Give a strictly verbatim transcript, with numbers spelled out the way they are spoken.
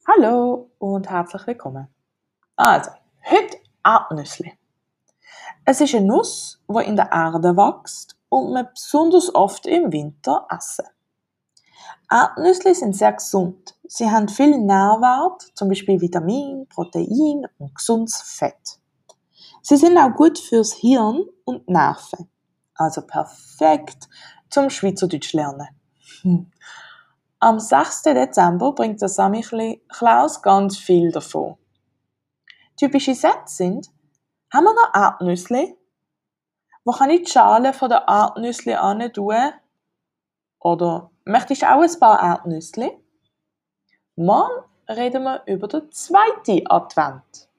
Hallo und herzlich willkommen. Also, heute Erdnüssli. Es ist eine Nuss, die in der Erde wächst und man besonders oft im Winter essen. Erdnüssli sind sehr gesund. Sie haben viel Nährwert, zum Beispiel Vitamin, Protein und gesundes Fett. Sie sind auch gut fürs Hirn und Nerven. Also perfekt zum Schweizerdeutsch lernen. Hm. Am sechsten Dezember bringt der Samichle Klaus ganz viel davon. Typische Sätze sind: haben wir noch Erdnüssli? Wo kann ich die Schale von der Erdnüssli hin tun? Oder möchtest du auch ein paar Erdnüssli? Morgen reden wir über den zweiten Advent.